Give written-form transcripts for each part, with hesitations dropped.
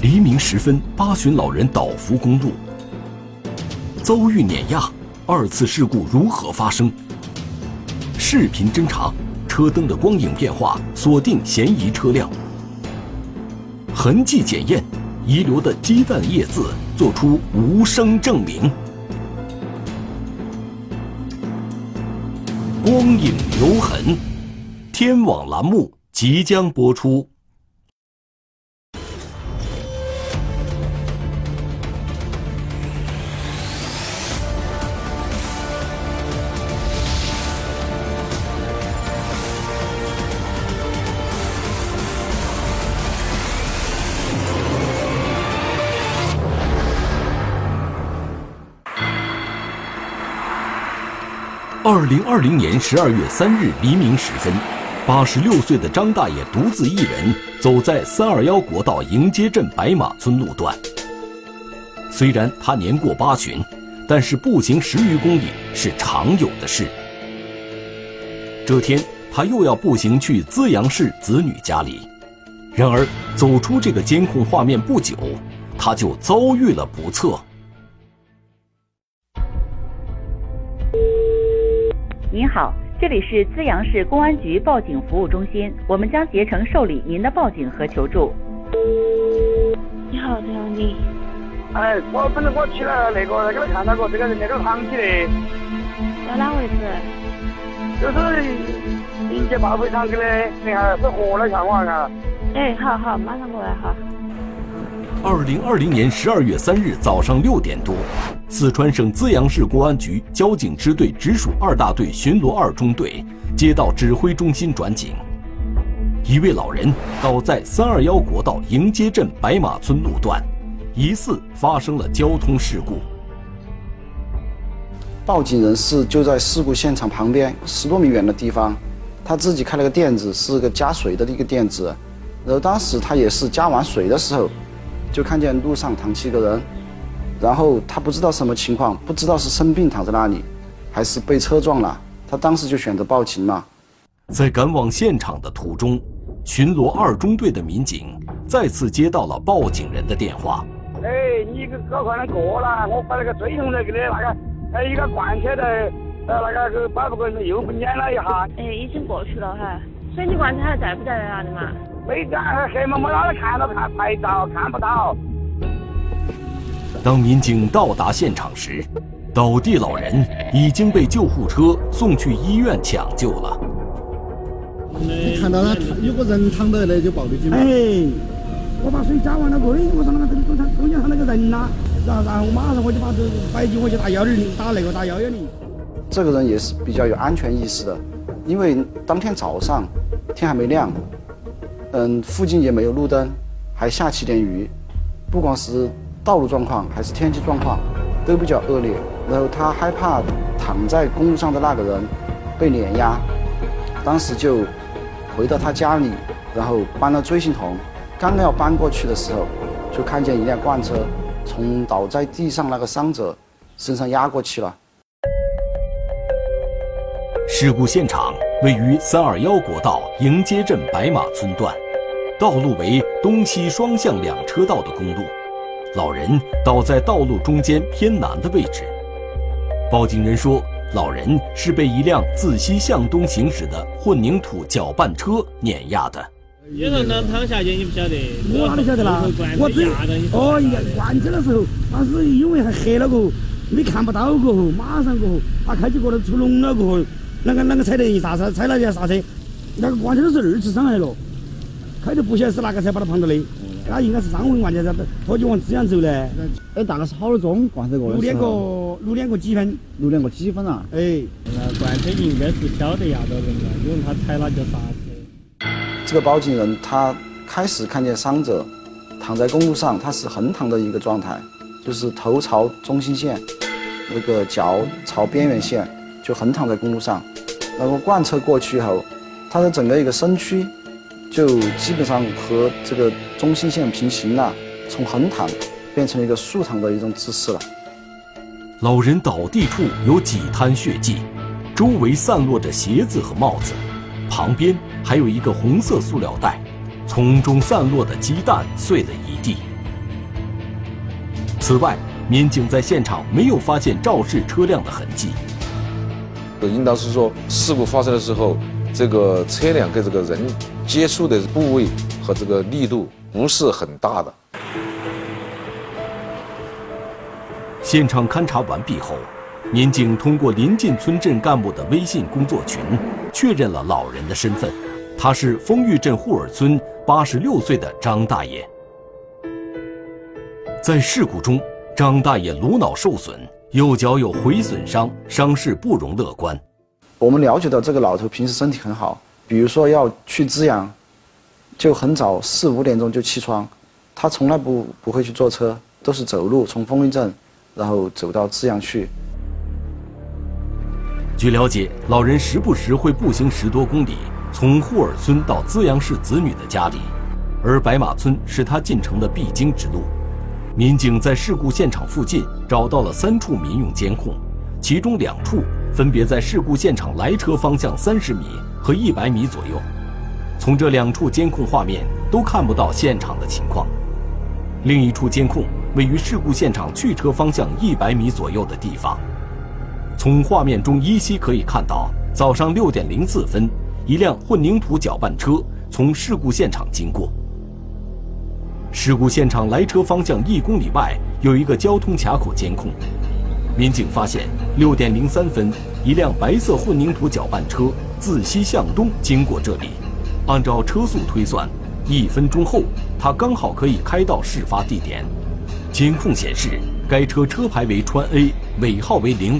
黎明时分，八旬老人倒伏公路，遭遇碾压，2次事故如何发生？视频侦查，车灯的光影变化，锁定嫌疑车辆。痕迹检验，遗留的鸡蛋液渍做出无声证明。光影留痕，天网栏目即将播出。2020年12月3日黎明时分，86岁的张大爷独自一人走在321国道迎接镇白马村路段。虽然他年过8旬，但是步行10余公里是常有的事。这天，他又要步行去资阳市子女家里，然而走出这个监控画面不久，他就遭遇了不测。 您好，这里是资阳市公安局报警服务中心，我们将竭诚受理您的报警和求助。 你好，你。 哎，我本来我去了给他看到过这个人那个躺起的。 在哪位置？ 就是临街报废厂去的，你看是活了看我看。 哎，好，马上过来哈。 2020年12月3日早上6点多，四川省资阳市公安局交警支队直属2大队巡逻2中队接到指挥中心转警，一位老人倒在321国道迎接镇白马村路段，疑似发生了交通事故。 报警人是就在事故现场旁边10多米远的地方，他自己开了个店子，是个加水的一个店子，然后当时他也是加完水的时候，就看见路上躺起一个人，然后他不知道什么情况，不知道是生病躺在那里，还是被车撞了，他当时就选择报警了。 在赶往现场的途中，巡逻2中队的民警再次接到了报警人的电话。 哎，你搞快点过来，我把那个追凶的给你一个罐车的那个把不过又不撵了一下。 哎，已经过去了哈，水泥罐车还在不在那里嘛？ 没在，黑嘛没让他看到拍照看不到。 当民警到达现场时，倒地老人已经被救护车送去医院抢救了。 你看到他有个人躺在那就报的警。 哎，我把水加完了过，我说那个中间他那个人呐，然后马上我就把这摆起我就打120，打110。 这个人也是比较有安全意识的，因为当天早上天还没亮。附近也没有路灯，还下起点雨，不光是道路状况，还是天气状况都比较恶劣。然后他害怕躺在公路上的那个人被碾压，当时就回到他家里，然后搬了追形筒。刚要搬过去的时候，就看见一辆罐车从倒在地上那个伤者身上压过去了。 事故现场位于321国道迎接镇白马村段，道路为东西双向2车道的公路，老人倒在道路中间偏南的位置。报警人说，老人是被一辆自西向东行驶的混凝土搅拌车碾压的。 有人能躺下去，你不晓得？ 我哪里晓得啦？我最灌车的时候，当时因为还黑了过后，没看不到过后，马上过后，开起过来出笼了过后，那个踩得一刹车，踩了一下刹车，那个灌车都是2次伤害了。开的不晓得是哪个车把他碰到的，他应该是伤痕完全拖就往资阳走的。 哎，大概是好多钟灌车过的时候 6点过几分 ？6点过几分啊？ 哎， 灌车应该是晓得压到人了，因为他踩了就刹车。 这个报警人他开始看见伤者躺在公路上，他是横躺的一个状态，就是头朝中心线，那个脚朝边缘线，就横躺在公路上。然后罐车过去以后，他的整个一个身躯就基本上和这个中心线平行了，从横躺变成一个竖躺的一种姿势了。 老人倒地处有几滩血迹，周围散落着鞋子和帽子，旁边还有一个红色塑料袋，从中散落的鸡蛋碎了一地。 此外，民警在现场没有发现肇事车辆的痕迹。 应当是说，事故发生的时候，这个车辆跟这个人接触的部位和这个力度不是很大的。 现场勘查完毕后，民警通过临近村镇干部的微信工作群，确认了老人的身份，他是丰裕镇户尔村86岁的张大爷。在事故中，张大爷颅脑受损，右脚有毁损伤，伤势不容乐观。 我们了解到这个老头平时身体很好，比如说要去资阳，就很早4、5点钟就起床，他从来不会去坐车，都是走路从丰裕镇，然后走到资阳去。 据了解，老人时不时会步行10多公里，从户尔村到资阳市子女的家里，而白马村是他进城的必经之路。民警在事故现场附近找到了3处民用监控，其中2处分别在事故现场来车方向30米和100米左右。从这2处监控画面都看不到现场的情况。另一处监控位于事故现场去车方向100米左右的地方。从画面中依稀可以看到，早上6点04分，一辆混凝土搅拌车从事故现场经过。事故现场来车方向1公里外有一个交通卡口监控，民警发现6点03分，一辆白色混凝土搅拌车自西向东经过这里。按照车速推算，1分钟后，它刚好可以开到事发地点。监控显示，该车车牌为川 A， 尾号为05。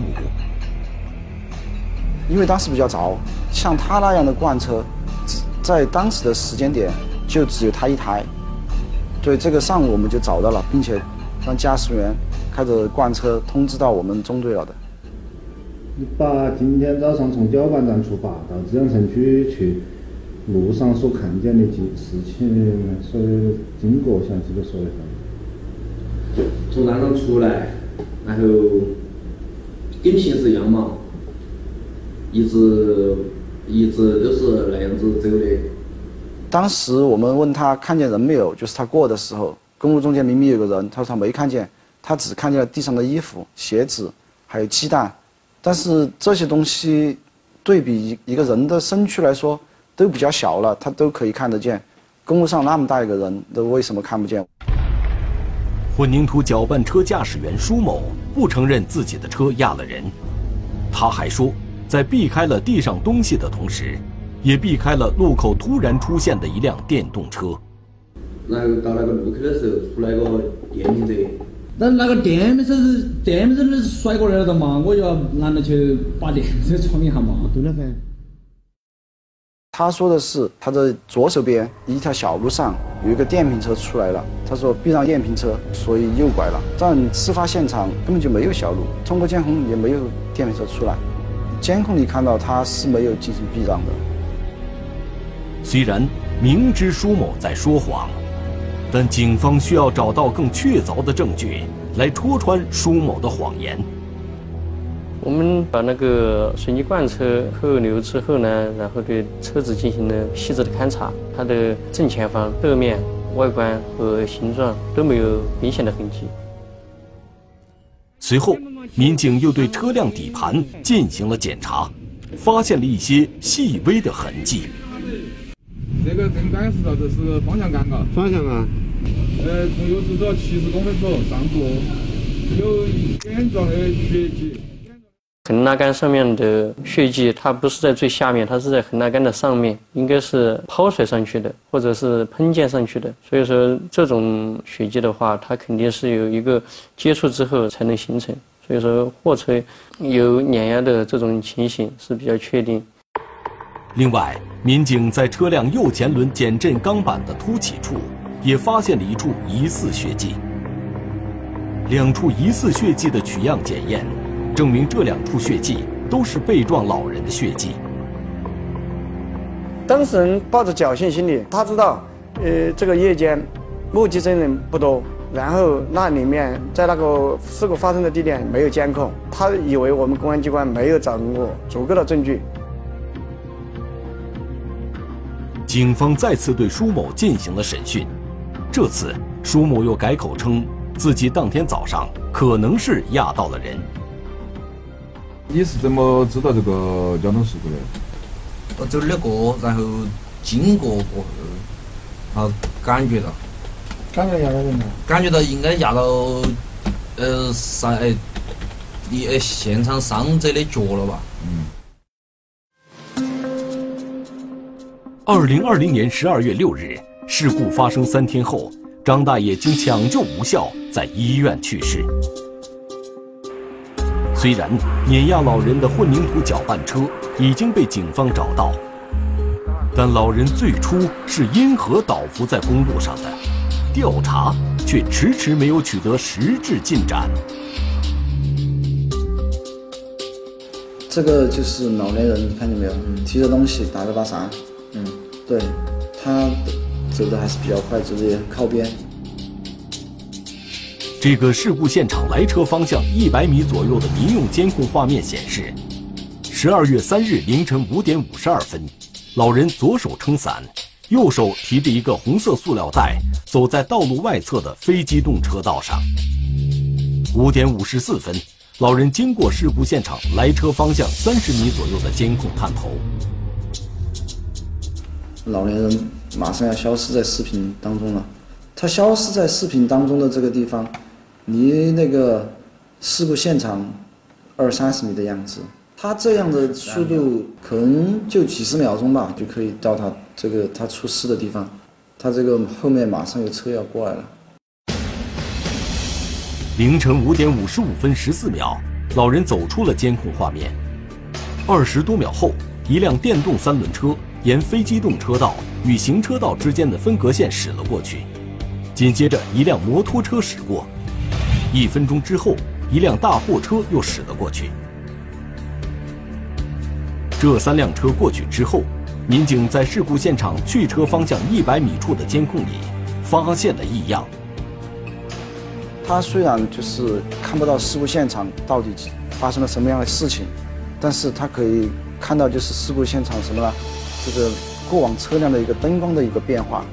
因为当时比较早，像他那样的罐车，在当时的时间点就只有他一台。对，这个上午我们就找到了，并且让驾驶员开着罐车通知到我们中队了的。 你把今天早上从搅拌站出发到资阳城区去，路上所看见的事情，所有经过详细的说一下。 从那上出来，然后跟平时一样嘛，一直都是那样子走的。 当时我们问他看见人没有，就是他过的时候，公路中间明明有个人，他说他没看见，他只看见了地上的衣服、鞋子，还有鸡蛋。但是这些东西对比一个人的身躯来说都比较小了，他都可以看得见。公路上那么大一个人，都为什么看不见？ 混凝土搅拌车驾驶员舒某不承认自己的车压了人，他还说，在避开了地上东西的同时，也避开了路口突然出现的一辆电动车。 然后到那个路口的时候，出来个电瓶车。 但那个电瓶车是甩过来的嘛，我就要拦着去把电瓶车撞一下嘛。对了噻。 他说的是他的左手边一条小路上有一个电瓶车出来了，他说避让电瓶车，所以右拐了。但事发现场根本就没有小路，通过监控也没有电瓶车出来，监控里看到他是没有进行避让的。 虽然明知舒某在说谎，但警方需要找到更确凿的证据来戳穿舒某的谎言。 我们把那个水泥罐车扣留之后呢，然后对车子进行了细致的勘查，它的正前方、侧面、外观和形状都没有明显的痕迹。 随后，民警又对车辆底盘进行了检查，发现了一些细微的痕迹。 这个正杆是啥子？是方向杆啊？ 方向啊？ 从右侧走70公分左右上部有点状的血迹。 横拉杆上面的血迹，它不是在最下面，它是在横拉杆的上面，应该是抛甩上去的，或者是喷溅上去的。所以说，这种血迹的话，它肯定是有一个接触之后才能形成。所以说，货车有碾压的这种情形是比较确定。 另外，民警在车辆右前轮减震钢板的凸起处，也发现了一处疑似血迹。2处疑似血迹的取样检验，证明这2处血迹都是被撞老人的血迹。 当事人抱着侥幸心理，他知道，这个夜间目击证人不多，然后那里面在那个事故发生的地点没有监控，他以为我们公安机关没有掌握足够的证据。 警方再次对舒某进行了审讯，这次舒某又改口称自己当天早上可能是压到了人。 你是怎么知道这个交通事故的？ 我走那个，然后经过过后，感觉到压到人了。 感觉到应该压到现场伤者的脚了吧 ？2020年12月6日，事故发生3天后，张大爷经抢救无效，在医院去世。虽然碾压老人的混凝土搅拌车已经被警方找到，但老人最初是因何倒伏在公路上的，调查却迟迟没有取得实质进展。 这个就是老年人，你看见没有？提着东西，打着把伞。对，他走的还是比较快，走的也靠边。 这个事故现场来车方向100米左右的民用监控画面显示，12月3日凌晨5点52分，老人左手撑伞，右手提着一个红色塑料袋，走在道路外侧的非机动车道上。5点54分，老人经过事故现场来车方向30米左右的监控探头。 老年人马上要消失在视频当中了，他消失在视频当中的这个地方，离那个事故现场20-30米的样子，他这样的速度可能就几十秒钟吧，就可以到他出事的地方，他这个后面马上有车要过来了。 凌晨5点55分14秒，老人走出了监控画面。20多秒后，一辆电动3轮车沿非机动车道与行车道之间的分隔线驶了过去，紧接着一辆摩托车驶过，1分钟之后，一辆大货车又驶了过去。这3辆车过去之后，民警在事故现场去车方向100米处的监控里发现了异样。 他虽然就是看不到事故现场到底发生了什么样的事情，但是他可以看到就是事故现场什么呢？这个过往车辆的一个灯光的一个变化。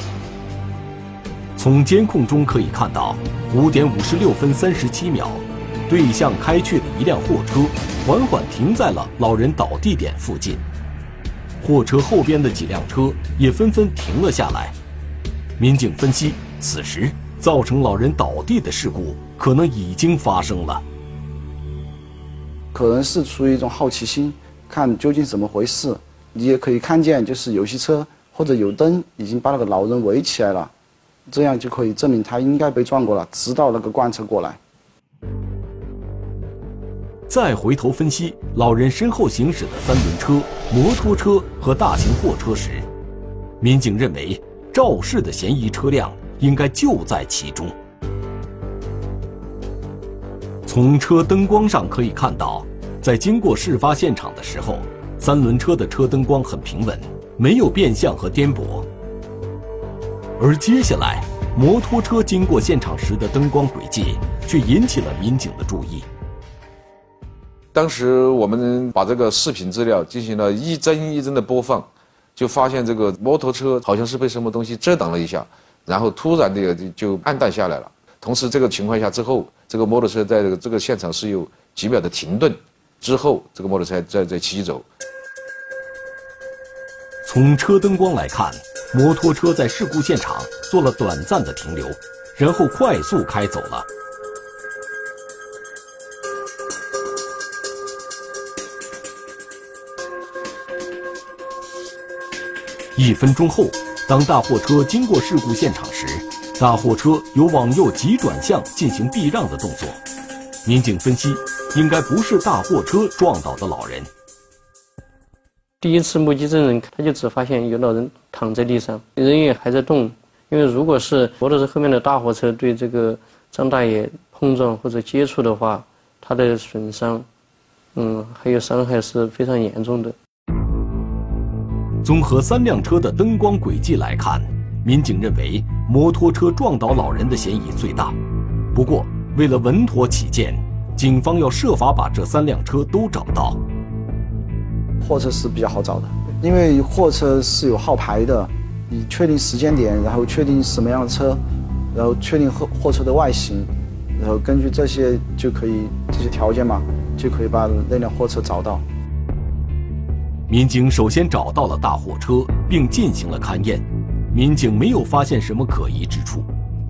从监控中可以看到，5点56分37秒，对向开去的一辆货车缓缓停在了老人倒地点附近，货车后边的几辆车也纷纷停了下来。民警分析，此时造成老人倒地的事故可能已经发生了， 可能是出于一种好奇心，看究竟怎么回事。你也可以看见，就是有些车或者有灯已经把那个老人围起来了，这样就可以证明他应该被撞过了，直到那个罐车过来。 再回头分析老人身后行驶的3轮车、摩托车和大型货车时，民警认为肇事的嫌疑车辆应该就在其中。从车灯光上可以看到，在经过事发现场的时候，3轮车的车灯光很平稳，没有变向和颠簸。而接下来，摩托车经过现场时的灯光轨迹却引起了民警的注意。 当时我们把这个视频资料进行了一帧一帧的播放，就发现这个摩托车好像是被什么东西遮挡了一下，然后突然的就暗淡下来了。同时这个情况下之后，这个摩托车在这个现场是有几秒的停顿，之后这个摩托车再骑走。 从车灯光来看，摩托车在事故现场做了短暂的停留，然后快速开走了。1分钟后，当大货车经过事故现场时，大货车有往右急转向进行避让的动作。民警分析，应该不是大货车撞倒的老人。 第一次目击证人他就只发现有老人躺在地上，人也还在动。因为如果是摩托车后面的大货车对这个张大爷碰撞或者接触的话，他的损伤，还有伤害是非常严重的。 综合3辆车的灯光轨迹来看，民警认为摩托车撞倒老人的嫌疑最大。不过，为了稳妥起见，警方要设法把这3辆车都找到。 货车是比较好找的，因为货车是有号牌的，你确定时间点，然后确定什么样的车， 然后确定货车的外形，然后根据这些条件嘛，就可以把那辆货车找到。 民警首先找到了大货车，并进行了勘验，民警没有发现什么可疑之处。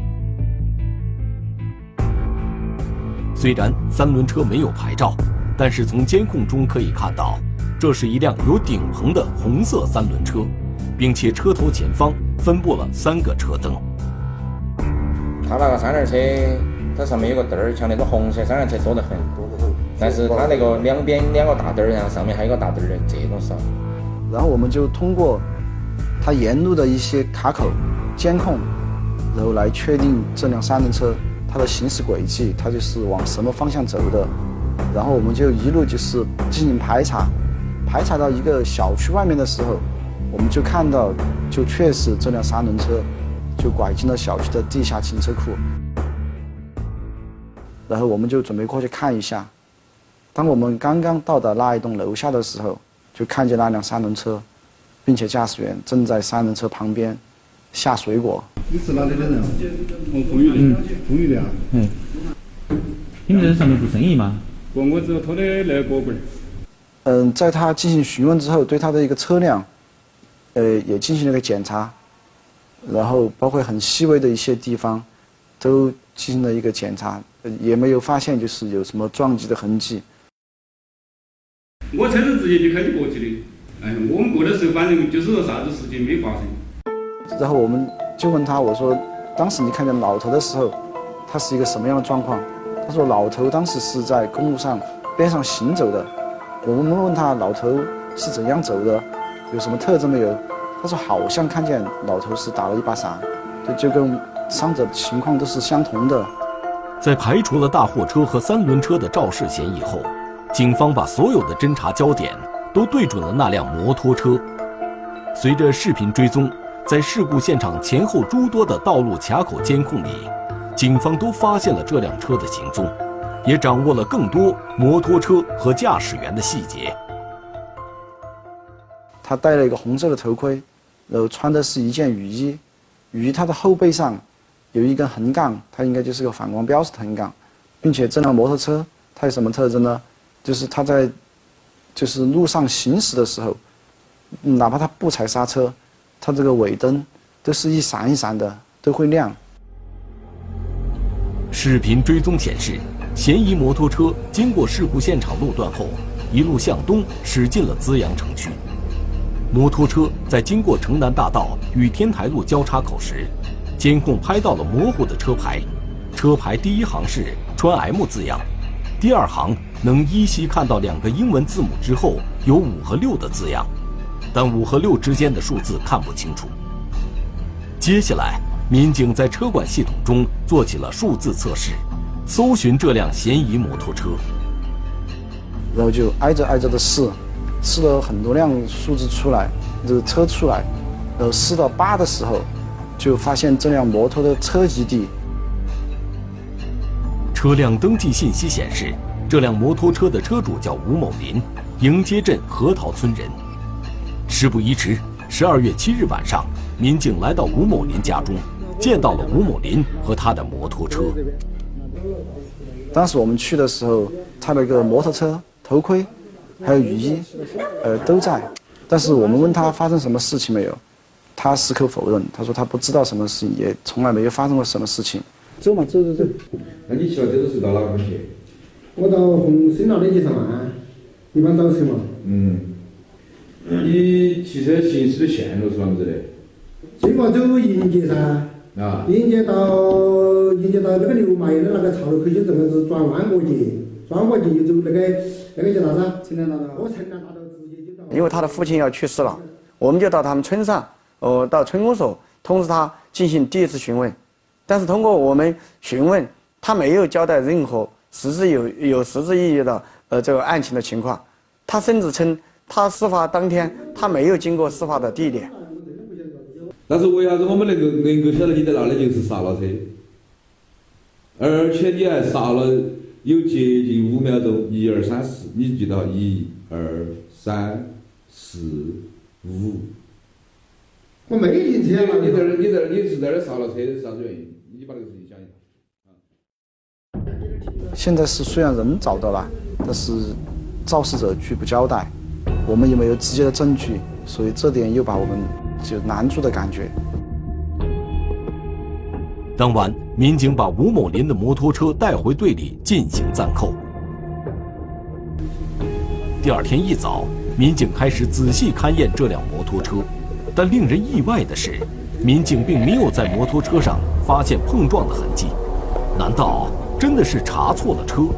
虽然三轮车没有牌照，但是从监控中可以看到，这是一辆有顶棚的红色三轮车，并且车头前方分布了3个车灯。 它那个三轮车，它上面有个灯儿，像那个红色三轮车多得很，但是它那个两边2个大灯儿，然后上面还有个大灯儿，这种少。 然后我们就通过它沿路的一些卡口监控，然后来确定这辆三轮车它的行驶轨迹，它就是往什么方向走的。然后我们就一路就是进行排查，排查到一个小区外面的时候，我们就看到，就确实这辆三轮车就拐进了小区的地下停车库。然后我们就准备过去看一下。当我们刚刚到达那一栋楼下的时候，就看见那辆三轮车，并且驾驶员正在三轮车旁边下水果。 你是哪里的人？我丰裕的。丰裕的啊。 你们在上面做生意吗？ 我只偷的那果棍。 在他进行询问之后，对他的一个车辆，也进行了个检查，然后包括很细微的一些地方，都进行了一个检查，也没有发现就是有什么撞击的痕迹。 我车子直接就开起过去的，我们过的时候反正就是说啥子事情没发生。 然后我们就问他，我说，当时你看见老头的时候，他是一个什么样的状况？他说老头当时是在公路上边上行走的。我们问他老头是怎样走的，有什么特征没有？他说好像看见老头是打了一把伞，就跟伤者的情况都是相同的。 在排除了大货车和三轮车的肇事嫌疑后，警方把所有的侦查焦点都对准了那辆摩托车。随着视频追踪，在事故现场前后诸多的道路卡口监控里，警方都发现了这辆车的行踪，也掌握了更多摩托车和驾驶员的细节。 他戴了一个红色的头盔，然后穿的是一件雨衣，雨衣它的后背上有一根横杠，它应该就是个反光标识的横杠，并且这辆摩托车它有什么特征呢？就是它在就是路上行驶的时候，哪怕它不踩刹车，它这个尾灯都是一闪一闪的，都会亮。 视频追踪显示，嫌疑摩托车经过事故现场路段后，一路向东驶进了资阳城区。摩托车在经过城南大道与天台路交叉口时，监控拍到了模糊的车牌，车牌第一行是川 M 字样，第二行能依稀看到2个英文字母之后有5和6的字样，但5和6之间的数字看不清楚。接下来，民警在车管系统中做起了数字测试，搜寻这辆嫌疑摩托车， 然后就挨着的试了很多辆数字出来，这个车出来，然后试到8的时候，就发现这辆摩托的车籍地。 车辆登记信息显示，这辆摩托车的车主叫吴某林，迎接镇河桃村人。事不宜迟，12月7日晚上，民警来到吴某林家中，见到了吴某林和他的摩托车。 当时我们去的时候，他那个摩托车、头盔还有雨衣，都在。但是我们问他发生什么事情没有，他矢口否认，他说他不知道什么事情，也从来没有发生过什么事情。走嘛，走。 那你骑了这都是到哪个去？ 我到红深道的街上啊，一般早晨嘛。 你汽车行驶的线路是啷子的？ 经过走迎接噻。迎接到那个刘麻园的那个岔路口，就这么子转弯过去就走那个叫啥子？城南大道。我城南大道直接就到。 因为他的父亲要去世了，我们就到他们村上，到村公所通知他进行第一次询问，但是通过我们询问，他没有交代任何有实质意义的这个案情的情况，他甚至称他事发当天他没有经过事发的地点。 但是为啥子我们能够晓得你在那里就是刹了车，而且你还刹了有接近5秒钟，1、2、3、4，你记到1、2、3、4、5。 我没停车。 你是在这刹了车，啥子原因？ 你把这个事情讲一下。 现在是虽然人找到了，但是肇事者拒不交代，我们也没有直接的证据，所以这点又把我们就难住的感觉。 当晚，民警把吴某林的摩托车带回队里进行暂扣。第二天一早，民警开始仔细勘验这辆摩托车，但令人意外的是，民警并没有在摩托车上发现碰撞的痕迹。难道真的是查错了车？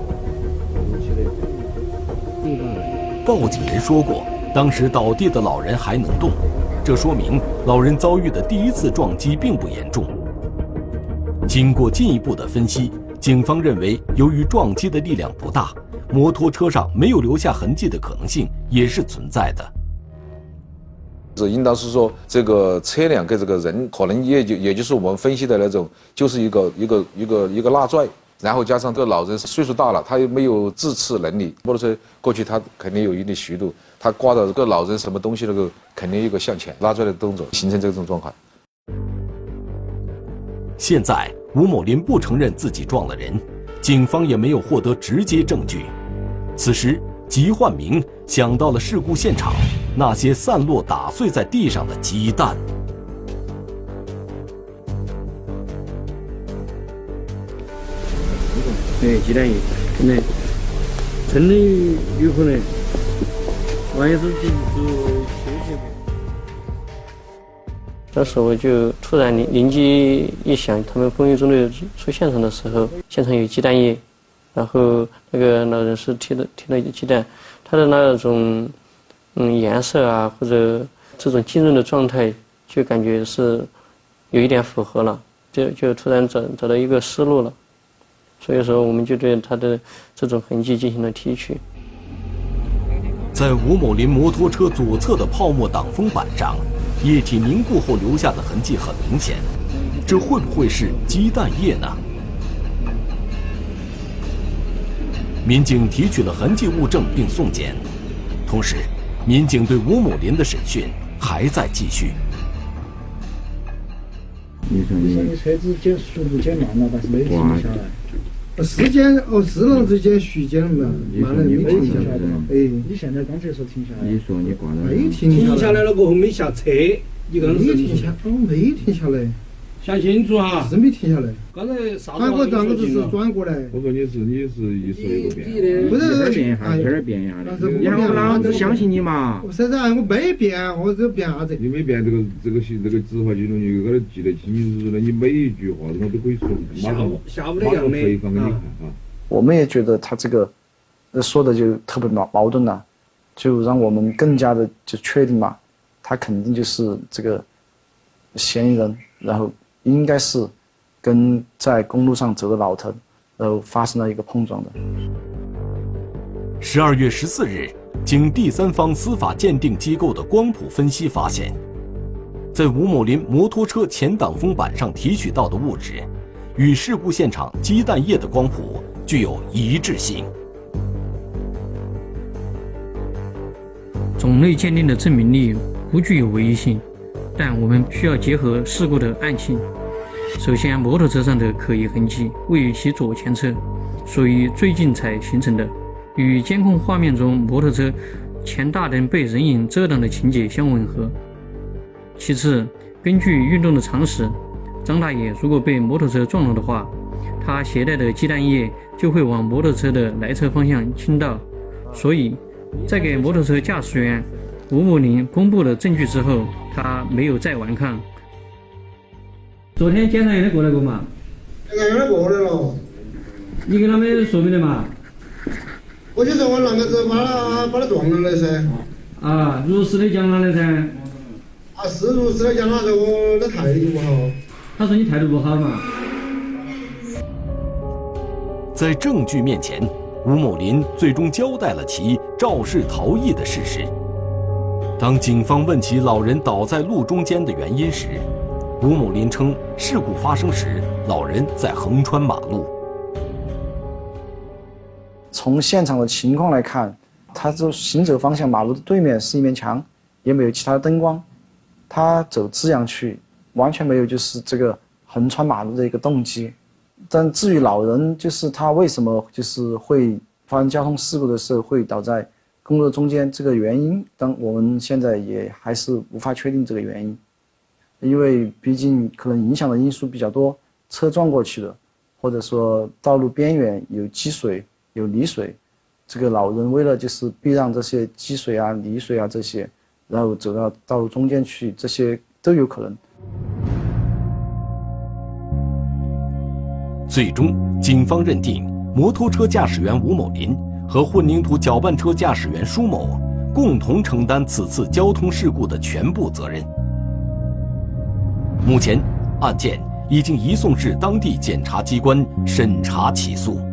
报警人说过，当时倒地的老人还能动，这说明老人遭遇的第一次撞击并不严重。经过进一步的分析，警方认为，由于撞击的力量不大，摩托车上没有留下痕迹的可能性也是存在的。 这应当是说，这个车辆跟这个人可能也就是我们分析的那种，就是一个拉拽，然后加上这个老人岁数大了，他又没有自持能力，摩托车过去他肯定有一定虚度，他刮到这个老人什么东西那个肯定有一个向前拉拽的动作，形成这种状况。 现在吴某林不承认自己撞了人，警方也没有获得直接证据。此时，吉焕明想到了事故现场那些散落打碎在地上的鸡蛋。 对，鸡蛋液，真的有可能，万一是进入休息。 当时我就突然灵机一想，他们风雨中队出现场的时候，现场有鸡蛋液，然后那个老人是踢了鸡蛋，他的那种颜色啊，或者这种浸润的状态，就感觉是有一点符合了，就突然找到一个思路了，所以说我们就对他的这种痕迹进行了提取。 在吴某林摩托车左侧的泡沫挡风板上，液体凝固后留下的痕迹很明显，这会不会是鸡蛋液呢？民警提取了痕迹物证并送检，同时，民警对吴某林的审讯还在继续。 你说你车子速度减慢了，但是没停下来。 时间智能之间续减了慢了，没停下来。哎， 你现在刚才说停下来，你说你挂了， 没停下来了过后没下车，你刚没停下，没停下来。 想清楚哈， 是没停下来。 刚才啥？ 他我转个子是转过来。 我说你是一说一个变， 不是变一下，这儿变一下的。然后老子相信你嘛。 现在我没变，我这变啥子？ 你没变这个执法记录，你给他记得清清楚楚的，你每一句话他都可以说，马上回放给你看啊。 我们也觉得他这个说的就特别矛盾了，就让我们更加的就确定嘛，他肯定就是这个嫌疑人，然后应该是跟在公路上走的老头，然后发生了一个碰撞的。 12月14日，经第三方司法鉴定机构的光谱分析发现，在吴某林摩托车前挡风板上提取到的物质，与事故现场鸡蛋液的光谱具有一致性。 种类鉴定的证明力不具有唯一性，但我们需要结合事故的案情。首先，摩托车上的可疑痕迹位于其左前侧，属于最近才形成的，与监控画面中摩托车前大灯被人影遮挡的情节相吻合。其次，根据运动的常识，张大爷如果被摩托车撞了的话，他携带的鸡蛋液就会往摩托车的来车方向倾倒，所以在给摩托车驾驶员吴某林公布了证据之后，他没有再顽抗。昨天检察院的过来过嘛？ 检察院过来了。 你跟他们说明的嘛？ 我就说我啷个子把他撞了的噻。 啊，如实的讲了的噻。 啊，是如实的讲了，说我的态度不好。 他说你态度不好嘛？ 在证据面前，吴某林最终交代了其肇事逃逸的事实。当警方问起老人倒在路中间的原因时，吴某林称事故发生时老人在横穿马路。 从现场的情况来看，他这行走方向马路的对面是一面墙，也没有其他的灯光，他走支阳区，完全没有就是这个横穿马路的一个动机。但至于老人，就是他为什么就是会发生交通事故的时候会倒在公路中间，这个原因，我们现在也还是无法确定这个原因，因为毕竟可能影响的因素比较多，车撞过去的，或者说道路边缘有积水、有泥水，这个老人为了就是避让这些积水啊、泥水啊这些，然后走到道路中间去，这些都有可能。 最终，警方认定摩托车驾驶员吴某林和混凝土搅拌车驾驶员舒某共同承担此次交通事故的全部责任。目前，案件已经移送至当地检察机关审查起诉。